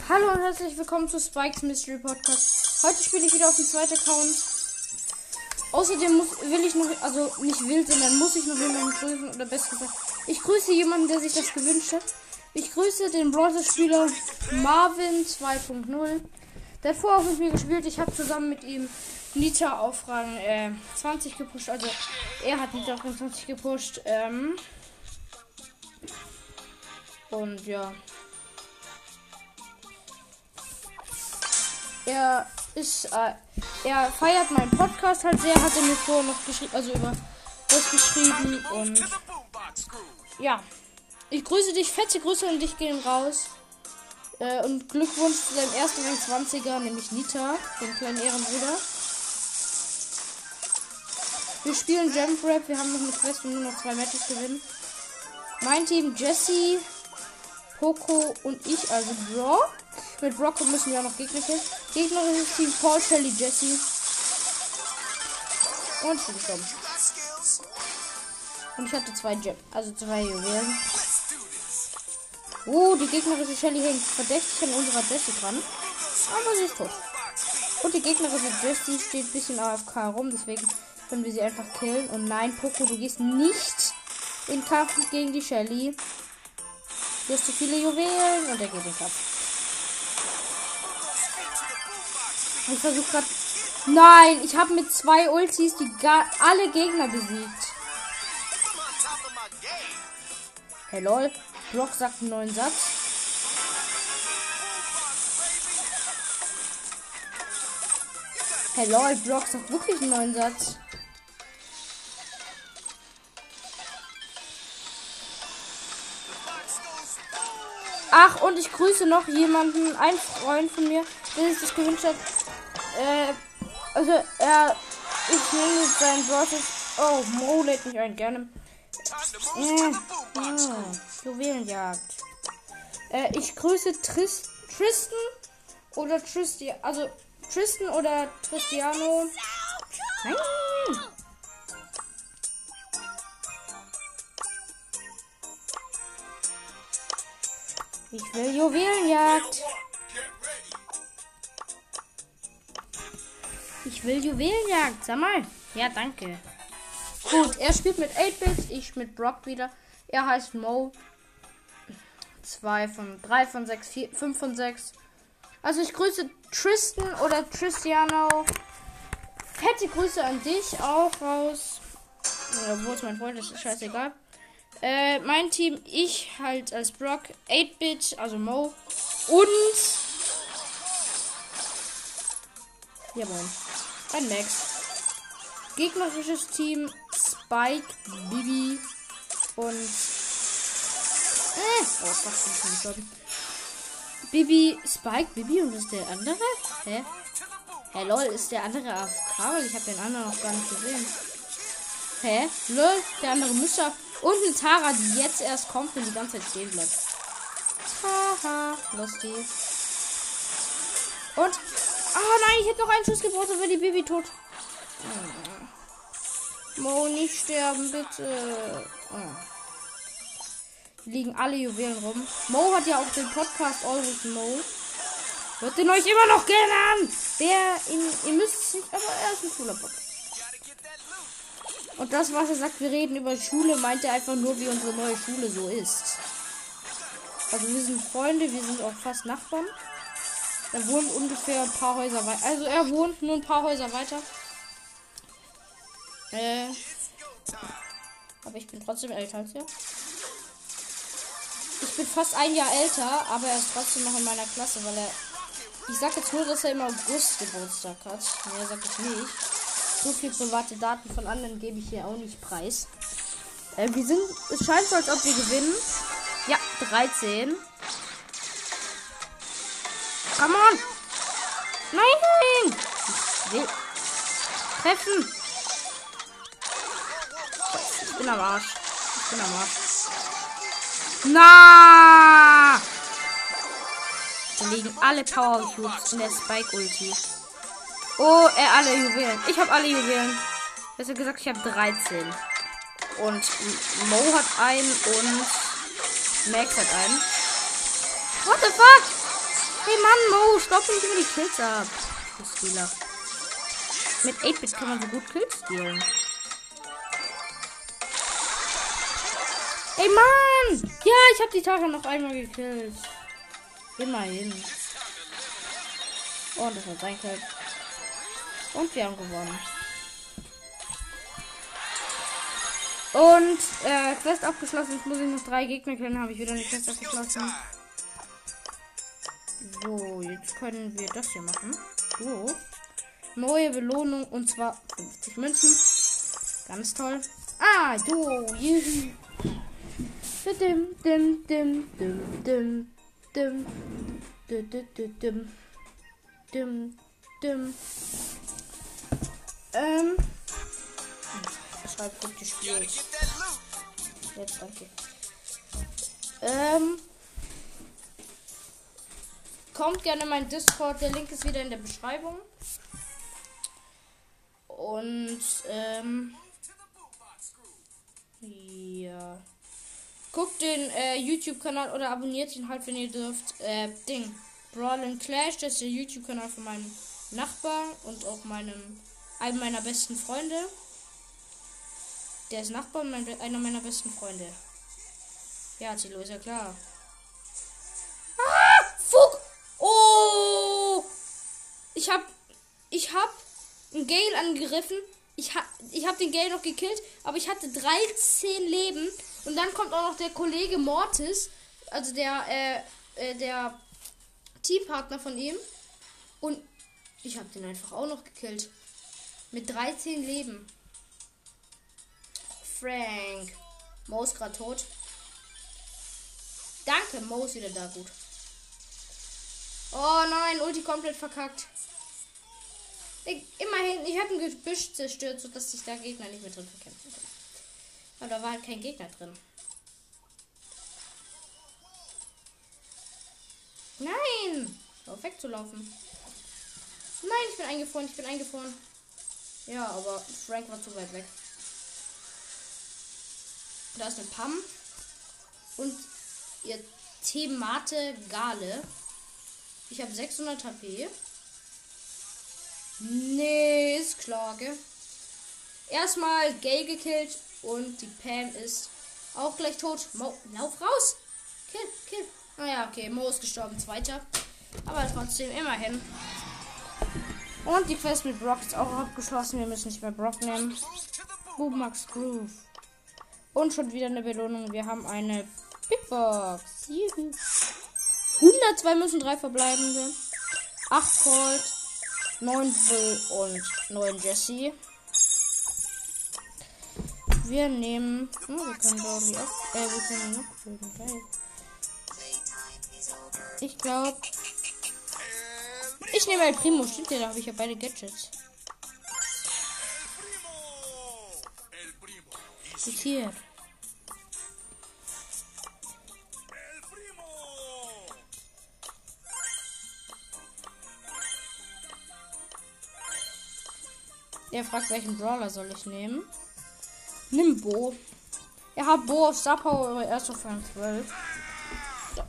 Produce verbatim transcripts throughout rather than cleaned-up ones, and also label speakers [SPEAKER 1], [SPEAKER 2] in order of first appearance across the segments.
[SPEAKER 1] Hallo und herzlich willkommen zu Spikes Mystery Podcast. Heute spiele ich wieder auf dem zweiten Account. Außerdem muss, will ich noch, also nicht will, sondern muss ich noch jemanden grüßen, oder besser gesagt, ich grüße jemanden, der sich das gewünscht hat. Ich grüße den Bronze-Spieler Marvin zwei Punkt null. Der hat vorher auch mit mir gespielt. Ich habe zusammen mit ihm Nita auf Rang äh, zwanzig gepusht. Also er hat Nita auf Rang zwanzig gepusht. Ähm und ja. Er ist, äh, er feiert meinen Podcast halt sehr, hat er mir vorher noch geschrieben, also über das geschrieben und ja. Ich grüße dich, fette Grüße und dich gehen raus. Äh, und Glückwunsch zu deinem ersten Rang zwanziger, nämlich Nita, den kleinen Ehrenbruder. Wir spielen Jump Rap, wir haben noch eine Quest und nur noch zwei Matches gewinnen. Mein Team Jesse, Poco und ich, also Brock. Mit Brock müssen wir auch noch Gegner killen. Gegner ist das Team Paul, Shelly, Jesse. Und ich bin gestorben. Und ich hatte zwei Gem, also zwei Juwelen. Oh, die gegnerische Shelly hängt verdächtig an unserer Jessie dran. Aber sie ist tot. Und die gegnerische Jessie steht ein bisschen A F K rum, deswegen können wir sie einfach killen. Und nein, Poco, du gehst nicht in Kampf gegen die Shelly. Du hast zu viele Juwelen und er geht in Kampf. Ich versuche gerade. Nein, ich habe mit zwei Ultis die gar alle Gegner besiegt. Hey lol, Brock sagt einen neuen Satz. Hey lol, Brock sagt wirklich einen neuen Satz. Ach, und ich grüße noch jemanden, einen Freund von mir, der sich das gewünscht hat. Äh, also er, ich nenne seinen Browser. Oh, Mo lädt mich ein, gerne. Äh, oh, Juwelenjagd. Äh, ich grüße Tris, Tristan oder Tristian, also Tristan oder Tristiano. Nein. Ich will Juwelenjagd. Ich will Juwelenjagd. Sag mal. Ja, danke. Gut, er spielt mit acht Bit, ich mit Brock wieder. Er heißt Mo. zwei von drei von sechs, vier, fünf von sechs. Also ich grüße Tristan oder Tristiano. Fette Grüße an dich auch raus. Oder wo ist mein Freund? Das ist scheißegal. Äh, mein Team, ich halt als Brock, acht Bit, also Mo. Und jawohl, ein Max. Gegnerisches Team Spike, Bibi und äh, oh, fast bin ich gestorben. Bibi, Spike, Bibi und ist der andere? Hä? Hä, lol, ist der andere A F K? Weil ich habe den anderen noch gar nicht gesehen. Hä? Lol, der andere müsste. Und eine Tara, die jetzt erst kommt und die ganze Zeit stehen bleibt. Haha, lustig. Und ah nein, ich hätte noch einen Schuss gebraucht, dann wäre die Bibi tot. Oh. Mo, nicht sterben, bitte. Oh. Liegen alle Juwelen rum. Mo hat ja auch den Podcast Always Mo. Hört den euch immer noch gerne an. Der, in, ihr müsst es nicht, aber er ist ein cooler Podcast. Und das, was er sagt, wir reden über Schule, meint er einfach nur, wie unsere neue Schule so ist. Also wir sind Freunde, wir sind auch fast Nachbarn. Er wohnt ungefähr ein paar Häuser weiter. Also er wohnt nur ein paar Häuser weiter. Äh. Aber ich bin trotzdem älter als er. Ich bin fast ein Jahr älter, aber er ist trotzdem noch in meiner Klasse, weil er. Ich sag jetzt nur, dass er im August Geburtstag hat. Mehr sag ich nicht. So viel private Daten von anderen gebe ich hier auch nicht preis. Äh, wir sind. Es scheint so, als ob wir gewinnen. Ja, dreizehn. Come on! Nein! Ich will treffen! Ich bin am Arsch. Ich bin am Arsch. Na! Da liegen alle Power Cubes in der Spike Ulti. Oh, er alle Juwelen. Ich habe alle Juwelen. Besser gesagt, ich habe dreizehn. Und Mo hat einen und Max hat einen. What the fuck? Hey Mann, Mo, stopp nicht über die Kills ab. Du Spieler. Mit acht Bit kann man so gut Kills stealen. Ey Mann! Ja, ich habe die Tara noch einmal gekillt. Immerhin. Und das hat sein Kill. Und wir haben gewonnen. Und äh, Quest abgeschlossen. Jetzt muss ich noch drei Gegner killen. Habe ich wieder eine Quest abgeschlossen. So, jetzt können wir das hier machen. So. Neue Belohnung und zwar fünfzig Münzen. Ganz toll. Ah, du. Juhu. Dim, dim, dim, dim, dim, dim, dim, dim, dim, dim, dim. Ähm. Ich schreibe gut gespielt. Jetzt, danke. Ähm. Kommt gerne in mein Discord, der Link ist wieder in der Beschreibung. Und, ähm. Ja. Guckt den äh, YouTube-Kanal oder abonniert ihn halt, wenn ihr dürft. Äh, Ding. Brawl and Clash, das ist der YouTube-Kanal von meinem Nachbarn und auch meinem, einem meiner besten Freunde. Der ist Nachbar und mein, einer meiner besten Freunde. Ja, Zilo, ist ja klar. Ah, Fuck! Oh! Ich hab, ich hab einen Gale angegriffen. Ich hab, ich hab den Gale noch gekillt, aber ich hatte dreizehn Leben. Und dann kommt auch noch der Kollege Mortis, also der, äh, äh, der Teampartner von ihm. Und ich habe den einfach auch noch gekillt. Mit dreizehn Leben. Frank. Mo ist gerade tot. Danke, Mo ist wieder da, gut. Oh nein, Ulti komplett verkackt. Ich, immerhin, ich habe ein Gebüsch zerstört, sodass sich da Gegner nicht mehr drin verkämpfen können. Aber da war halt kein Gegner drin. Nein! Auf wegzulaufen. Nein, ich bin eingefroren, ich bin eingefroren. Ja, aber Frank war zu weit weg. Da ist eine Pam. Und ihr Themate Gale. Ich habe sechshundert H P. Nee, ist klar, gell? Erstmal Gale gekillt. Und die Pam ist auch gleich tot. Mo, lauf raus! Kill, kill. Naja, okay, Mo ist gestorben, zweiter. Aber trotzdem, immerhin. Und die Quest mit Brock ist auch abgeschlossen. Wir müssen nicht mehr Brock nehmen. Boom Max Groove. Und schon wieder eine Belohnung. Wir haben eine Big Box. Juhu. hundertzwei müssen drei verbleibende. acht Colt, neun Bull und neun Jesse. Wir nehmen. Oh, wir können da die auch. Äh, wir können noch füllen. Geil. Ich glaube. Ich nehme El Primo. Stimmt ja, da habe ich ja beide Gadgets. Hier. Der fragt, welchen Brawler soll ich nehmen? Nimm Bo. Er hat Bo auf Star Power, aber erst auf Rang zwölf. So.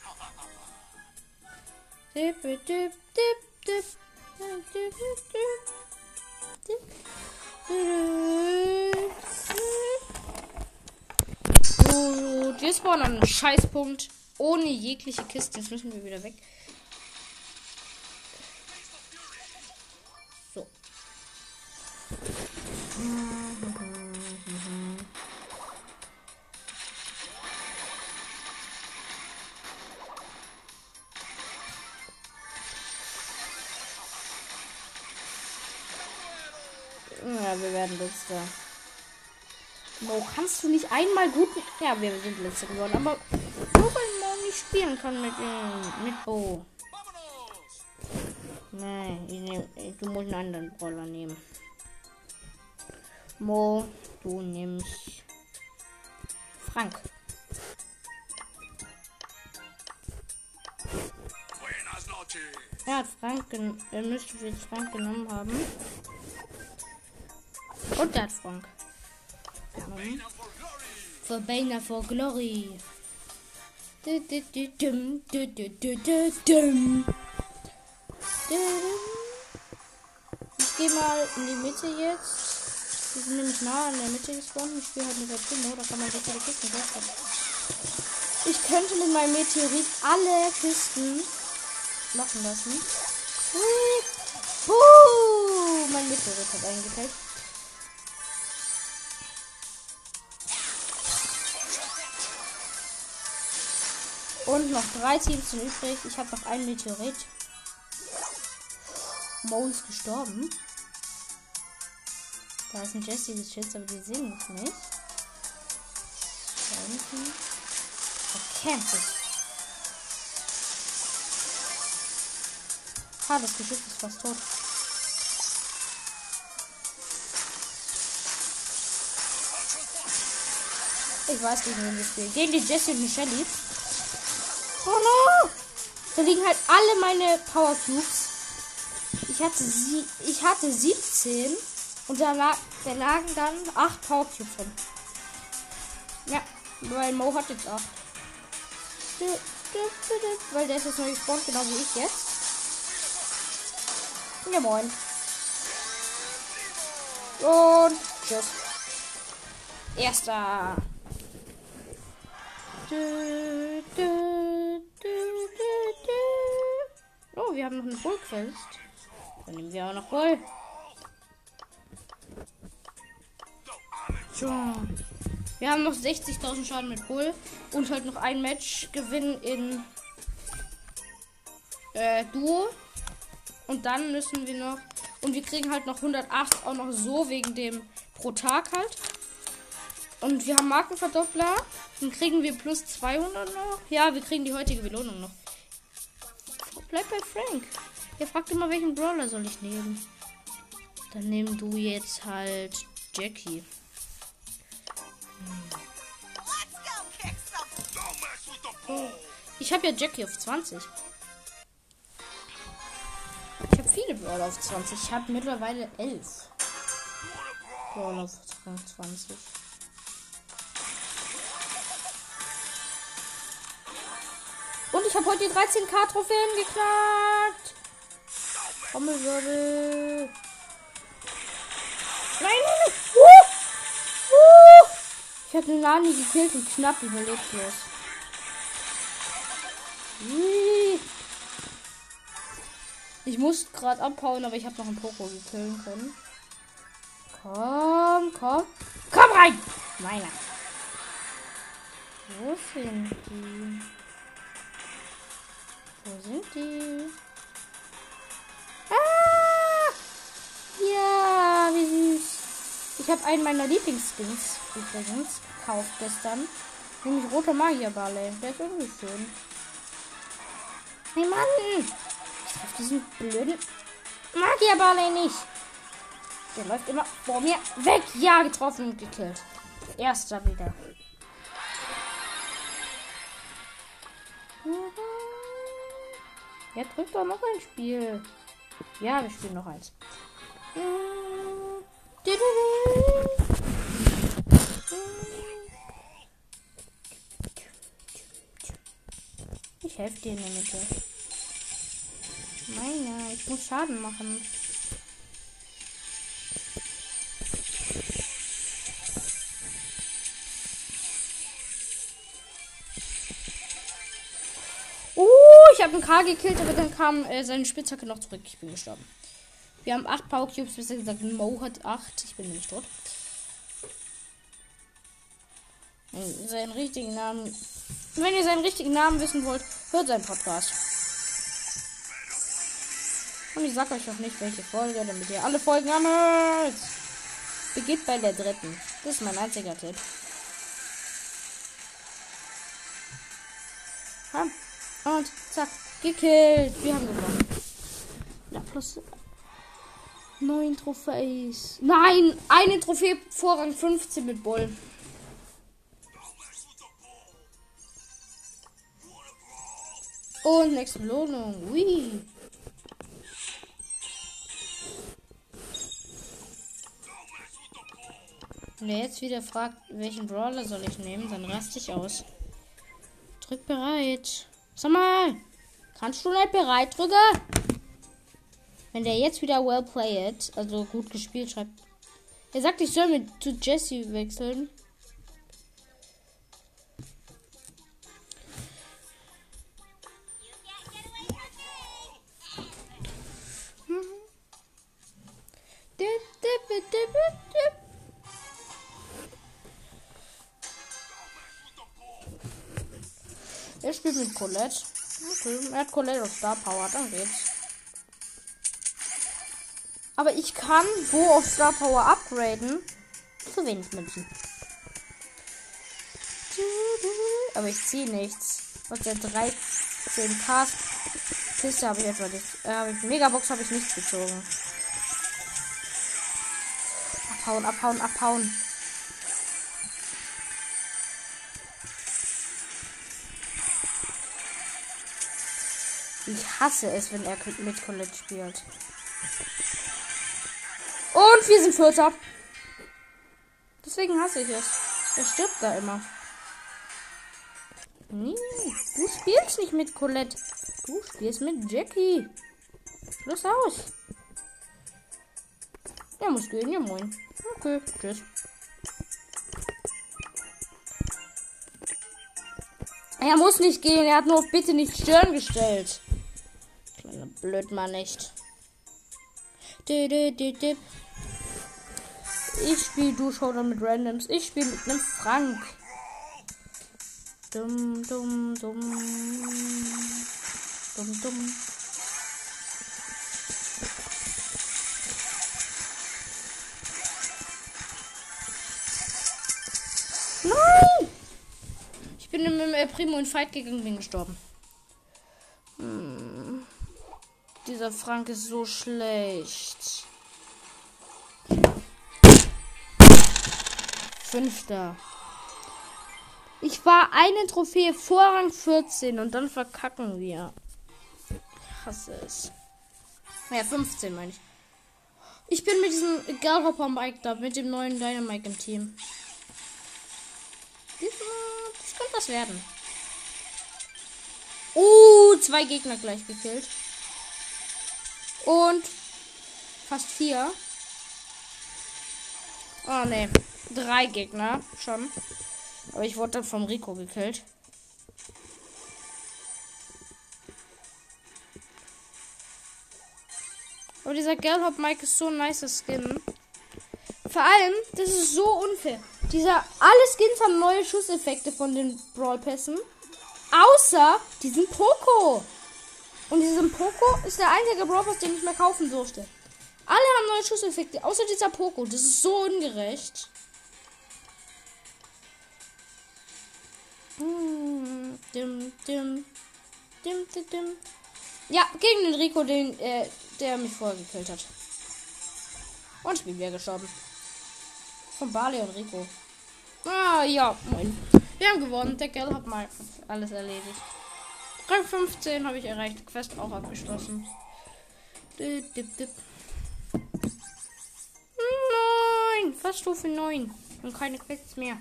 [SPEAKER 1] Dip, dip, dip, dip, dip, dip, Gut, wir spawnen an einem Scheißpunkt. Ohne jegliche Kiste. Jetzt müssen wir wieder weg. So. Ja, wir werden letzter. Mo, kannst du nicht einmal gut... Ja, wir sind letzter geworden, aber nur weil Mo nicht spielen kann mit ihm, mit Bo. Nein, ich nehm, du musst einen anderen Brawler nehmen. Mo, du nimmst Frank. Er hat Frank genommen. Er müsste jetzt Frank genommen haben. Und der hat Frank. Genommen. For Bana for Glory. Ich gehe mal in die Mitte jetzt. Wir sind nämlich nah an der Mitte gespawnt. Ich spiele halt mit der Primo, da kann man so viele Kisten gleichzeitig. Ich könnte mit meinem Meteorit alle Kisten machen lassen. Uh, mein Meteorit hat eingefällt. Und noch drei Teams sind übrig. Ich habe noch einen Meteorit. Mo ist gestorben. Da ist ein Jesse geschützt, aber die sehen mich nicht. Da hinten. Er kennt sich. Ah, das Geschütz ist fast tot. Ich weiß, gegen wen wir spielen. Gegen die Jessie und die Shelly. Oh no! Da liegen halt alle meine Power Cubes. Ich hatte sie, ich hatte siebzehn und da, lag, da lagen dann acht Power Cubes drin. Ja, weil Mo hat jetzt acht. Weil der ist jetzt neu gespawnt, genau wie ich jetzt. Ja, moin. Und tschüss. Erster. Oh, wir haben noch eine Bull-Quest. Dann nehmen wir auch noch Bull. Wir haben noch sechzigtausend Schaden mit Bull. Und halt noch ein Match gewinnen in äh, Duo. Und dann müssen wir noch... Und wir kriegen halt noch hundertacht auch noch so wegen dem pro Tag halt. Und wir haben Markenverdoppler. Dann kriegen wir plus zweihundert noch. Ja, wir kriegen die heutige Belohnung noch. Bleib bei Frank. Er fragt immer, welchen Brawler soll ich nehmen. Dann nimm du jetzt halt Jackie. Hm. Oh. Ich habe ja Jackie auf zwanzig. Ich habe viele Brawler auf zwanzig. Ich habe mittlerweile elf Brawler auf zwanzig. Und ich habe heute die dreizehn K Trophäen geknackt. Trommelwirbel. Nein, nein, nein. Uh! Uh! Ich habe den Nani gekillt und knapp überlebt bloß. Ich muss gerade abhauen, aber ich habe noch einen Poco gekillt können. Komm, komm. Komm rein! Meiner. Wo sind die? Wo sind die? Ah! Ja, wie süß. Ich habe einen meiner Lieblingsskins übrigens gekauft gestern. Nämlich rote Magierballe. Der ist irgendwie schön. Hey Mann! Ich treffe diesen blöden Magierballe nicht. Der läuft immer vor mir weg. Ja, getroffen und gekillt. Erster wieder. Ja, drückt doch noch ein Spiel. Ja, wir spielen noch eins. Ich helfe dir in der Mitte. Meine, ich muss Schaden machen. Oh, ich habe einen K gekillt, aber dann kam äh, seine Spitzhacke noch zurück. Ich bin gestorben. Wir haben acht Power Cubes, besser gesagt, Mo hat acht. Ich bin nämlich tot. Seinen richtigen Namen. Wenn ihr seinen richtigen Namen wissen wollt, hört seinen Podcast. Und ich sag euch noch nicht, welche Folge, damit ihr alle Folgen anhört. Beginnt bei der dritten. Das ist mein einziger Tipp. Und zack, gekillt. Wir haben gewonnen. Ja, plus neun Trophäes. Nein, eine Trophäe Vorrang fünfzehn mit Bull. Und nächste Belohnung. Ui. Wenn er jetzt wieder fragt, welchen Brawler soll ich nehmen, dann raste ich aus. Drück bereit. Sag mal, kannst du nicht bereit drücken? Wenn der jetzt wieder well played, also gut gespielt schreibt. Er sagt, ich soll mit zu Jesse wechseln. Er spielt mit Colette. Okay, er hat Colette auf Star Power, dann geht's. Aber ich kann wo auf Star Power upgraden. Zu wenig Münzen. Aber ich ziehe nichts. Aus der dreizehn K Kiste habe ich etwa nicht. Äh, Megabox habe ich nichts gezogen. Abhauen, abhauen, abhauen. Ich hasse es, wenn er mit Colette spielt. Und wir sind Vierter. Deswegen hasse ich es. Er stirbt da immer. Nee, du spielst nicht mit Colette. Du spielst mit Jackie. Schluss aus. Er muss gehen, ja moin. Okay, tschüss. Er muss nicht gehen, er hat nur auf bitte nicht stören gestellt. Kleiner Blödmann nicht. Ich spiele Duschhauder mit Randoms. Ich spiele mit einem Frank. Dumm, dumm, dumm. Dumm, dumm. Nein! Ich bin mit dem Primo in Fight gegangen, bin gestorben. Hm. Dieser Frank ist so schlecht. Fünfter. Ich war eine Trophäe vor Rang vierzehn und dann verkacken wir. Ich hasse es. Ja, fünfzehn meine ich. Ich bin mit diesem Girlhopper Mike da, mit dem neuen Dynamite im Team. Das könnte was werden. Oh, zwei Gegner gleich gekillt. Und fast vier. Oh ne, drei Gegner schon. Aber ich wurde dann vom Rico gekillt. Aber dieser Girlhop Mike ist so ein nicer Skin. Vor allem, das ist so unfair. Dieser, alle Skins haben neue Schusseffekte von den Brawl Pässen. Außer diesen Poco. Und diesen Poco ist der einzige Brawl Pass, den ich mehr kaufen durfte. Alle haben neue Schusseffekte, außer dieser Poco. Das ist so ungerecht. Dim, dim, dim, dim, dim. Ja, gegen den Rico, den, äh, der mich vorher gekillt hat. Und ich bin wieder gestorben. Von Barley und Rico. Ah, ja, moin. Wir haben gewonnen. Der Kerl hat mal alles erledigt. Rang fünfzehn habe ich erreicht. Quest auch abgeschlossen. Dip, dip, dip. Nein, fast Stufe neun. Und keine Quests mehr.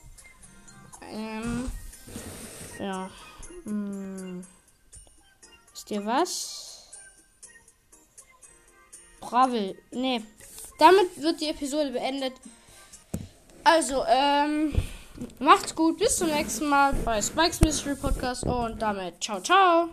[SPEAKER 1] Ähm. Ja. Hm. Ist dir was? Bravel. Nee. Damit wird die Episode beendet. Also, ähm. macht's gut. Bis zum nächsten Mal bei Spikes Mystery Podcast. Und damit ciao, ciao.